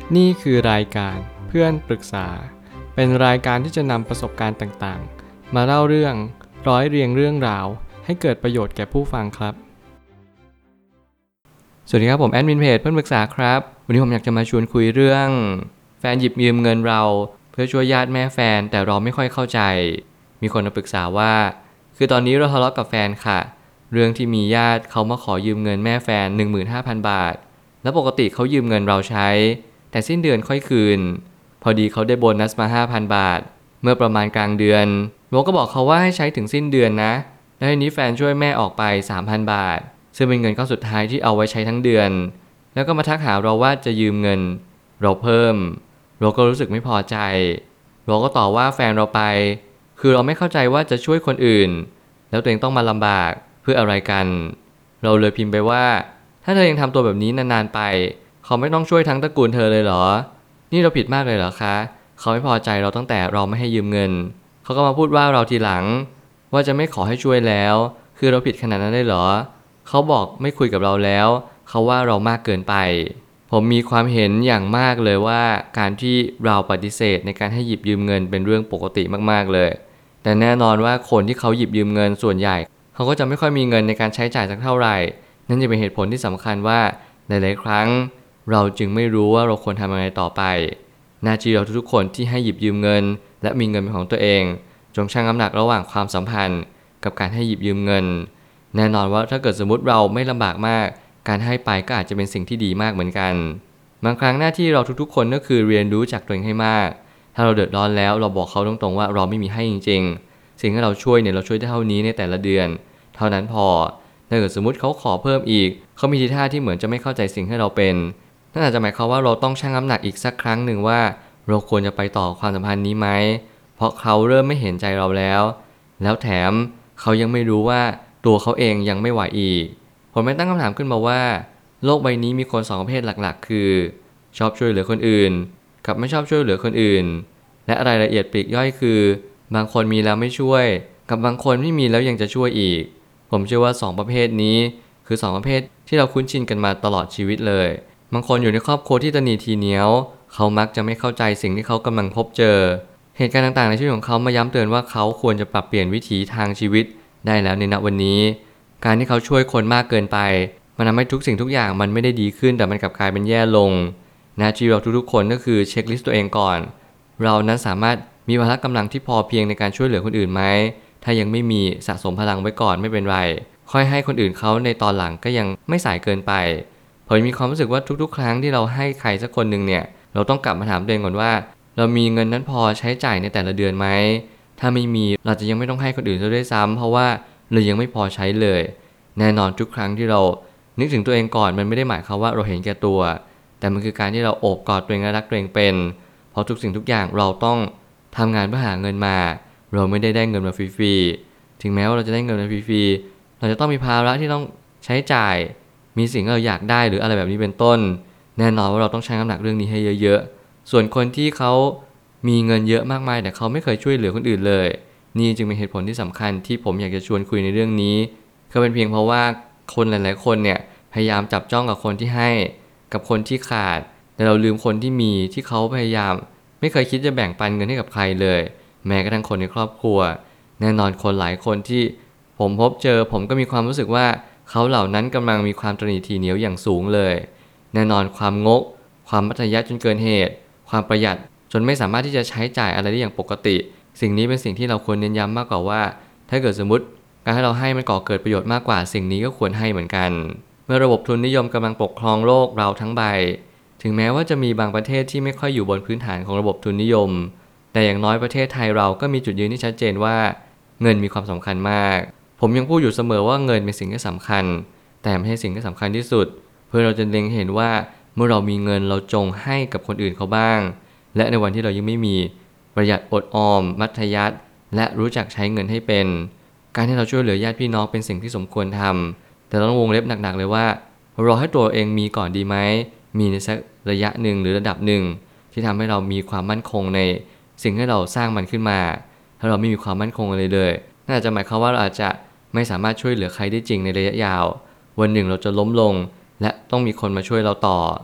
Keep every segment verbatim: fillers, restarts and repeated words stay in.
นี่คือรายการเพื่อนปรึกษาเป็นรายการที่จะนำประสบการณ์ต่างๆมาเล่าเรื่องร้อยเรียงเรื่องราวให้เกิดประโยชน์แก่ผู้ฟังครับสวัสดีครับผมแอดมินเพจเพื่อนปรึกษาครับวันนี้ผมอยากจะมาชวนคุยเรื่องแฟนหยิบยืมเงินเราเพื่อช่วยญาติแม่แฟนแต่เราไม่ค่อยเข้าใจมีคนมาปรึกษาว่าคือตอนนี้เราทะเลาะกับแฟนค่ะเรื่องที่มีญาติเขามาขอยืมเงินแม่แฟน หนึ่งหมื่นห้าพัน บาทแล้วปกติเขายืมเงินเราใช้แต่สิ้นเดือนค่อยคืนพอดีเขาได้โบนัสมา ห้าพัน บาทเมื่อประมาณกลางเดือนเราก็บอกเขาว่าให้ใช้ถึงสิ้นเดือนนะแล้วทีนี้แฟนช่วยแม่ออกไป สามพัน บาทซึ่งเป็นเงินก้อนสุดท้ายที่เอาไว้ใช้ทั้งเดือนแล้วก็มาทักหาเราว่าจะยืมเงินเราเพิ่มเราก็รู้สึกไม่พอใจเราก็ต่อว่าแฟนเราไปคือเราไม่เข้าใจว่าจะช่วยคนอื่นแล้วตัวเองต้องมาลำบากเพื่ออะไรกันเราเลยพิมพ์ไปว่าถ้าเธอยังทำตัวแบบนี้นานๆไปเขาไม่ต้องช่วยทั้งตระกูลเธอเลยเหรอนี่เราผิดมากเลยเหรอคะเขาไม่พอใจเราตั้งแต่เราไม่ให้ยืมเงินเขาก็มาพูดว่าเราทีหลังว่าจะไม่ขอให้ช่วยแล้วคือเราผิดขนาดนั้นได้เหรอเขาบอกไม่คุยกับเราแล้วเขาว่าเรามากเกินไปผมมีความเห็นอย่างมากเลยว่าการที่เราปฏิเสธในการให้หยิบยืมเงินเป็นเรื่องปกติมากๆเลยแต่แน่นอนว่าคนที่เขาหยิบยืมเงินส่วนใหญ่เขาก็จะไม่ค่อยมีเงินในการใช้จ่ายสักเท่าไหร่นั่นจะเป็นเหตุผลที่สำคัญว่าหลายๆครั้งเราจึงไม่รู้ว่าเราควรทำยังไงต่อไปหน้าที่เราทุกๆคนที่ให้หยิบยืมเงินและมีเงินเป็นของตัวเองจงชั่งน้ำหนักระหว่างความสัมพันธ์กับการให้หยิบยืมเงินแน่นอนว่าถ้าเกิดสมมติเราไม่ลำบากมากการให้ไปก็อาจจะเป็นสิ่งที่ดีมากเหมือนกันบางครั้งหน้าที่เราทุกๆคนก็คือเรียนรู้จากตัวเองให้มากถ้าเราเดือดร้อนแล้วเราบอกเขาตรงๆว่าเราไม่มีให้จริงๆสิ่งที่เราช่วยเนี่ยเราช่วยได้เท่านี้ในแต่ละเดือนเท่านั้นพอถ้าเกิดสมมติเขาขอเพิ่มอีกเขามีทีท่าที่เหมือนจะไม่เข้าใจสิ่งที่เราเป็นนั่นอาจจะหมายความว่าเราต้องชั่งน้ำหนักอีกสักครั้งหนึ่งว่าเราควรจะไปต่อความสัมพันธ์นี้ไหมเพราะเขาเริ่มไม่เห็นใจเราแล้วแล้วแถมเขายังไม่รู้ว่าตัวเขาเองยังไม่ไหวอีกผมไม่ตั้งคำถามขึ้นมาว่าโลกใบนี้มีคนสองประเภทหลักๆคือชอบช่วยเหลือคนอื่นกับไม่ชอบช่วยเหลือคนอื่นและรายละเอียดปลีกย่อยคือบางคนมีแล้วไม่ช่วยกับบางคนไม่มีแล้วยังจะช่วยอีกผมเชื่อว่าสองประเภทนี้คือสองประเภทที่เราคุ้นชินกันมาตลอดชีวิตเลยบางคนอยู่ในครอบครัวที่ตนีทีเหนียวเขามักจะไม่เข้าใจสิ่งที่เขากำลังพบเจอเหตุการณ์ต่างๆในชีวิตของเขามาย้ำเตือนว่าเขาควรจะปรับเปลี่ยนวิถีทางชีวิตได้แล้วในณวันนี้การที่เขาช่วยคนมากเกินไปมันทำให้ทุกสิ่งทุกอย่างมันไม่ได้ดีขึ้นแต่มันกลับกลายเป็นแย่ลงหน้าที่เราทุกๆคนก็คือเช็คลิสต์ตัวเองก่อนเรานั้นสามารถมีพละกำลังที่พอเพียงในการช่วยเหลือคนอื่นไหมถ้ายังไม่มีสะสมพลังไว้ก่อนไม่เป็นไรค่อยให้คนอื่นเขาในตอนหลังก็ยังไม่สายเกินไปผมมีความรู้สึกว่าทุกๆครั้งที่เราให้ใครสักคนหนึ่งเนี่ยเราต้องกลับมาถามตัวเองก่อนว่าเรามีเงินนั้นพอใช้จ่ายในแต่ละเดือนไหมถ้าไม่มีเราจะยังไม่ต้องให้คนอื่นซะด้วยซ้ำเพราะว่าเรายังไม่พอใช้เลยแน่นอนทุกครั้งที่เรานึกถึงตัวเองก่อนมันไม่ได้หมายความว่าเราเห็นแก่ตัวแต่มันคือการที่เราโอบกอดตัวเองและรักตัวเองเป็นเพราะทุกสิ่งทุกอย่างเราต้องทำงานเพื่อหาเงินมาเราไม่ได้ได้เงินมาฟรีๆถึงแม้ว่าเราจะได้เงินมาฟรีๆเราจะต้องมีภาระที่ต้องใช้จ่ายมีสิ่งที่เราอยากได้หรืออะไรแบบนี้เป็นต้นแน่นอนว่าเราต้องใช้น้ำหนักเรื่องนี้ให้เยอะๆส่วนคนที่เขามีเงินเยอะมากมายแต่เขาไม่เคยช่วยเหลือคนอื่นเลยนี่จึงเป็นเหตุผลที่สำคัญที่ผมอยากจะชวนคุยในเรื่องนี้ก็เป็นเพียงเพราะว่าคนหลายๆคนเนี่ยพยายามจับจ้องกับคนที่ให้กับคนที่ขาดแต่เราลืมคนที่มีที่เขาพยายามไม่เคยคิดจะแบ่งปันเงินให้กับใครเลยแม้กระทั่งคนในครอบครัวแน่นอนคนหลายคนที่ผมพบเจอผมก็มีความรู้สึกว่าเขาเหล่านั้นกำลังมีความตระหนี่ถี่เหนียวอย่างสูงเลยแน่นอนความงกความมัธยัสถ์จนเกินเหตุความประหยัดจนไม่สามารถที่จะใช้จ่ายอะไรได้อย่างปกติสิ่งนี้เป็นสิ่งที่เราควรเน้นย้ำมากกว่าว่าถ้าเกิดสมมติการให้เราให้มันก่อเกิดประโยชน์มากกว่าสิ่งนี้ก็ควรให้เหมือนกันเมื่อระบบทุนนิยมกำลังปกครองโลกเราทั้งใบถึงแม้ว่าจะมีบางประเทศที่ไม่ค่อยอยู่บนพื้นฐานของระบบทุนนิยมแต่อย่างน้อยประเทศไทยเราก็มีจุดยืนที่ชัดเจนว่าเงินมีความสำคัญมากผมยังพูดอยู่เสมอว่าเงินเป็นสิ่งที่สำคัญแต่ไม่ใช่สิ่งที่สำคัญที่สุดเพื่อเราจะเล็งเห็นว่าเมื่อเรามีเงินเราจงให้กับคนอื่นเขาบ้างและในวันที่เรายังไม่มีประหยัดอดออมมัธยัสถ์และรู้จักใช้เงินให้เป็นการที่เราช่วยเหลือญาติพี่น้องเป็นสิ่งที่สมควรทำแต่ต้องวงเล็บหนักๆเลยว่ารอให้ตัวเองมีก่อนดีไหมมีในสักระยะหนึ่งหรือระดับหนึ่งที่ทำให้เรามีความมั่นคงในสิ่งที่เราสร้างมันขึ้นมาถ้าเราไม่มีความมั่นคงอะไรเลยน่าจะหมายความว่าเราอาจจะไม่สามารถช่วยเหลือใครได้จริงในระยะยาววันหนึ่งเราจะล้มลงและต้องมีคนมาช่วยเราต่อ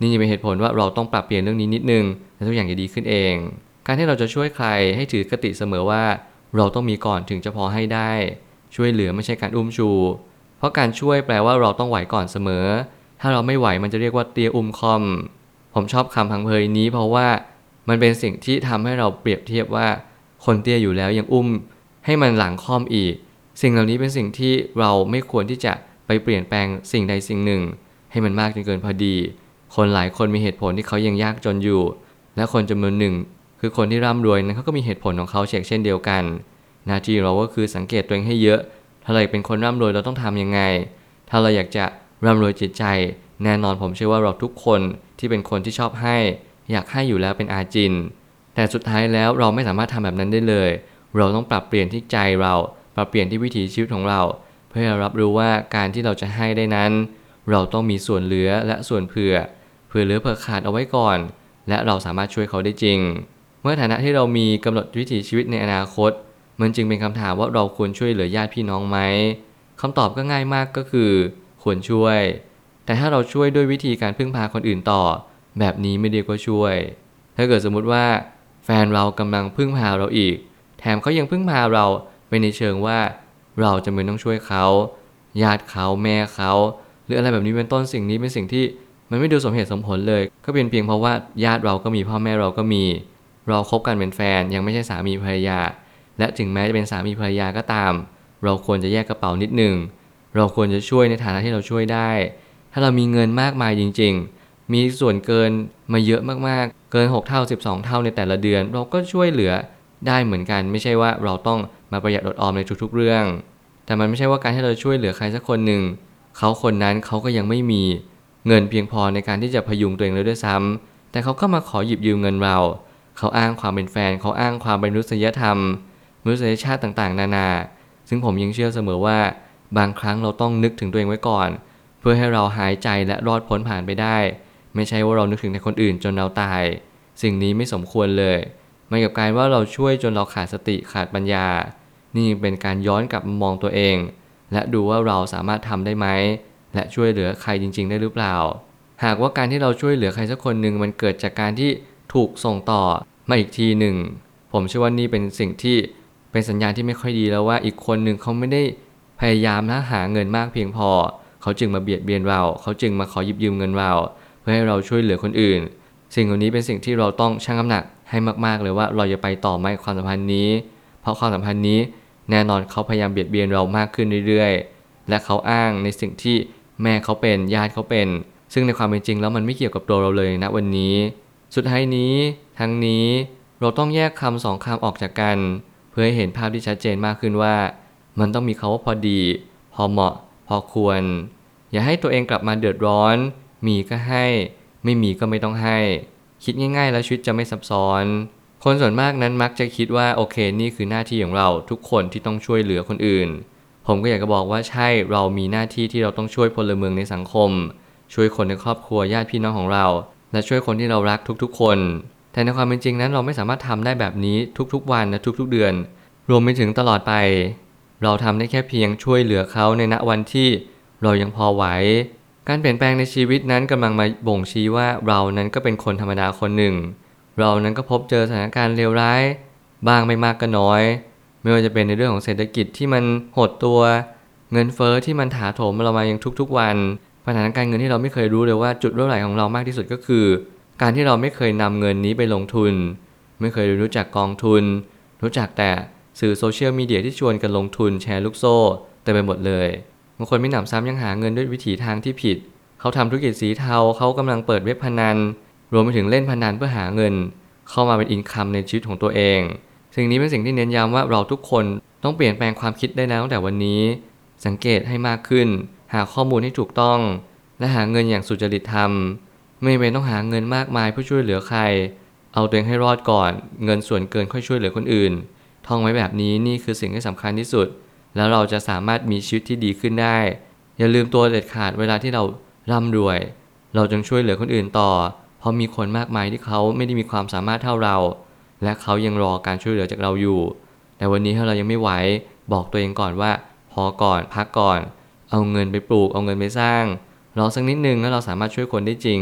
นี่จะเป็นเหตุผลว่าเราต้องปรับเปลี่ยนเรื่องนี้นิดนึงและทุกอย่างจะดีขึ้นเองการที่เราจะช่วยใครให้ถือคติเสมอว่าเราต้องมีก่อนถึงจะพอให้ได้ช่วยเหลือไม่ใช่การอุ้มชูเพราะการช่วยแปลว่าเราต้องไหวก่อนเสมอถ้าเราไม่ไหวมันจะเรียกว่าเตี้ยอุ้มคอมผมชอบคำพังเพยนี้เพราะว่ามันเป็นสิ่งที่ทำให้เราเปรียบเทียบว่าคนเตี้ยอยู่แล้วยังอุ้มให้มันหลังค่อมอีกสิ่งเหล่านี้เป็นสิ่งที่เราไม่ควรที่จะไปเปลี่ยนแปลงสิ่งใดสิ่งหนึ่งให้มันมากจนเกินพอดีคนหลายคนมีเหตุผลที่เขายังยากจนอยู่และคนจำนวนหนึ่งคือคนที่ร่ำรวยนั้นเขาก็มีเหตุผลของเขาเช่นเดียวกันหน้าที่เราก็คือสังเกตตัวเองให้เยอะถ้าเราเป็นคนร่ำรวยเราต้องทำยังไงถ้าเราอยากจะร่ำรวยจิตใจแน่นอนผมเชื่อว่าเราทุกคนที่เป็นคนที่ชอบให้อยากให้อยู่แล้วเป็นอาจินแต่สุดท้ายแล้วเราไม่สามารถทำแบบนั้นได้เลยเราต้องปรับเปลี่ยนที่ใจเราปรับเปลี่ยนที่วิถีชีวิตของเราเพื่อให้เรารับรู้ว่าการที่เราจะให้ได้นั้นเราต้องมีส่วนเหลือและส่วนเผื่อเผื่อเหลือเผื่อขาดเอาไว้ก่อนและเราสามารถช่วยเขาได้จริงเมื่อฐานะที่เรามีกำหนดวิถีชีวิตในอนาคตมันจึงเป็นคำถามว่าเราควรช่วยเหลือญาติพี่น้องไหมคำตอบก็ง่ายมากก็คือควรช่วยแต่ถ้าเราช่วยด้วยวิธีการพึ่งพาคนอื่นต่อแบบนี้ไม่เรียกว่าช่วยถ้าเกิดสมมุติว่าแฟนเรากำลังพึ่งพาเราอีกแถมเขายังพึ่งพาเราไปในเชิงว่าเราจำเป็นต้องช่วยเขาญาติเขาแม่เขาหรืออะไรแบบนี้เป็นต้นสิ่งนี้เป็นสิ่งที่มันไม่ดูสมเหตุสมผลเลยก็เป็นเพียงเพราะว่าญาติเราก็มีพ่อแม่เราก็มีเราคบกันเป็นแฟนยังไม่ใช่สามีภรรยาและถึงแม้จะเป็นสามีภรรยาก็ตามเราควรจะแยกกระเป๋านิดนึงเราควรจะช่วยในฐานะที่เราช่วยได้ถ้าเรามีเงินมากมายจริงๆมีส่วนเกินมาเยอะมากๆเกินหกเท่าสิบสองเท่าในแต่ละเดือนเราก็ช่วยเหลือได้เหมือนกันไม่ใช่ว่าเราต้องมาประหยัดอดออมในทุกๆเรื่องแต่มันไม่ใช่ว่าการที่เราช่วยเหลือใครสักคนหนึ่งเขาคนนั้นเขาก็ยังไม่มีเงินเพียงพอในการที่จะพยุงตัวเองเลยด้วยซ้ำแต่เขาก็มาขอหยิบยืมเงินเราเขาอ้างความเป็นแฟนเขาอ้างความเป็นมนุษยธรรมมนุษยชาติต่างๆนานาซึ่งผมยังเชื่อเสมอว่าบางครั้งเราต้องนึกถึงตัวเองไว้ก่อนเพื่อให้เราหายใจและรอดพ้นผ่านไปได้ไม่ใช่ว่าเรานึกถึงแต่คนอื่นจนเราตายสิ่งนี้ไม่สมควรเลยมันกับการว่าเราช่วยจนเราขาดสติขาดปัญญานี่เป็นการย้อนกลับมามองตัวเองและดูว่าเราสามารถทำได้ไหมและช่วยเหลือใครจริงๆได้หรือเปล่าหากว่าการที่เราช่วยเหลือใครสักคนหนึ่งมันเกิดจากการที่ถูกส่งต่อมาอีกทีหนึ่งผมเชื่อว่านี่เป็นสิ่งที่เป็นสัญญาณที่ไม่ค่อยดีแล้วว่าอีกคนหนึ่งเขาไม่ได้พยายามนะหาเงินมากเพียงพอเขาจึงมาเบียดเบียนเราเขาจึงมาขอหยิบยืมเงินเราเพื่อให้เราช่วยเหลือคนอื่นสิ่งเหล่านี้เป็นสิ่งที่เราต้องชั่งน้ำหนักให้มากๆเลยว่าเราจะไปต่อไหมความสัมพันธ์นี้เพราะความสัมพันธ์นี้แน่นอนเขาพยายามเบียดเบียนเรามากขึ้นเรื่อยๆและเขาอ้างในสิ่งที่แม่เขาเป็นญาติเขาเป็นซึ่งในความเป็นจริงแล้วมันไม่เกี่ยวกับตัวเราเลยณวันนี้สุดท้ายนี้ทั้งนี้เราต้องแยกคำสองคำออกจากกันเพื่อให้เห็นภาพที่ชัดเจนมากขึ้นว่ามันต้องมีคำว่าพอดีพอเหมาะพอควรอย่าให้ตัวเองกลับมาเดือดร้อนมีก็ให้ไม่มีก็ไม่ต้องให้คิดง่ายๆแล้วชีวิตจะไม่ซับซ้อนคนส่วนมากนั้นมักจะคิดว่าโอเคนี่คือหน้าที่ของเราทุกคนที่ต้องช่วยเหลือคนอื่นผมก็อยากจะบอกว่าใช่เรามีหน้าที่ที่เราต้องช่วยพลเมืองในสังคมช่วยคนในครอบครัวญาติพี่น้องของเราและช่วยคนที่เรารักทุกๆคนแต่ในความเป็นจริงนั้นเราไม่สามารถทำได้แบบนี้ทุกๆวันและทุกๆเดือนรวมไปถึงตลอดไปเราทำได้แค่เพียงช่วยเหลือเขาในณวันที่เรายังพอไหวการเปลี่ยนแปลงในชีวิตนั้นกำลังมาบ่งชี้ว่าเรานั้นก็เป็นคนธรรมดาคนหนึ่งเรานั้นก็พบเจอสถานการณ์เลวร้ายบ้างไม่มากก็น้อยไม่ว่าจะเป็นในเรื่องของเศรษฐกิจที่มันหดตัวเงินเฟ้อที่มันถาโถมเรามาอย่างทุกๆวันปัญหาการเงินที่เราไม่เคยรู้เลยว่าจุดรั่วไหลของเรามากที่สุดก็คือการที่เราไม่เคยนำเงินนี้ไปลงทุนไม่เคยรู้จักกองทุนรู้จักแต่สื่อโซเชียลมีเดียที่ชวนกันลงทุนแชร์ลูกโซ่เต็มไปหมดเลยบางคนไม่หนำซ้ำยังหาเงินด้วยวิถีทางที่ผิดเขาทำธุรกิจสีเทาเขากำลังเปิดเว็บพนันรวมไปถึงเล่นพนันเพื่อหาเงินเข้ามาเป็นอินคัมในชีวิตของตัวเองสิ่งนี้เป็นสิ่งที่เน้นย้ำว่าเราทุกคนต้องเปลี่ยนแปลงความคิดได้แล้วตั้งแต่วันนี้สังเกตให้มากขึ้นหาข้อมูลให้ถูกต้องและหาเงินอย่างสุจริตธรรมไม่เป็นต้องหาเงินมากมายเพื่อช่วยเหลือใครเอาตัวเองให้รอดก่อนเงินส่วนเกินค่อยช่วยเหลือคนอื่นท่องไว้แบบนี้นี่คือสิ่งที่สำคัญที่สุดแล้วเราจะสามารถมีชีวิตที่ดีขึ้นได้อย่าลืมตัวเด็ดขาดเวลาที่เราร่ำรวยเราจงช่วยเหลือคนอื่นต่อเพราะมีคนมากมายที่เขาไม่ได้มีความสามารถเท่าเราและเขายังรอการช่วยเหลือจากเราอยู่แต่วันนี้ถ้าเรายังไม่ไหวบอกตัวเองก่อนว่าพอก่อนพักก่อนเอาเงินไปปลูกเอาเงินไปสร้างรอสักนิดนึงแล้วเราสามารถช่วยคนได้จริง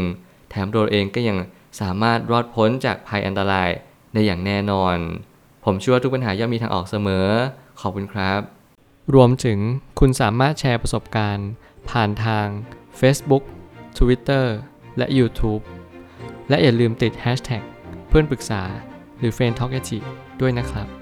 แถมตัวเองก็ยังสามารถรอดพ้นจากภัยอันตรายได้อย่างแน่นอนผมเชื่อว่าทุกปัญหาย่อมมีทางออกเสมอขอบคุณครับรวมถึงคุณสามารถแชร์ประสบการณ์ผ่านทาง Facebook Twitter และ YouTube และอย่าลืมติด แฮชแท็ก เพื่อนปรึกษาหรือ เฟรนด์ ทอล์ก แอท จี ด้วยนะครับ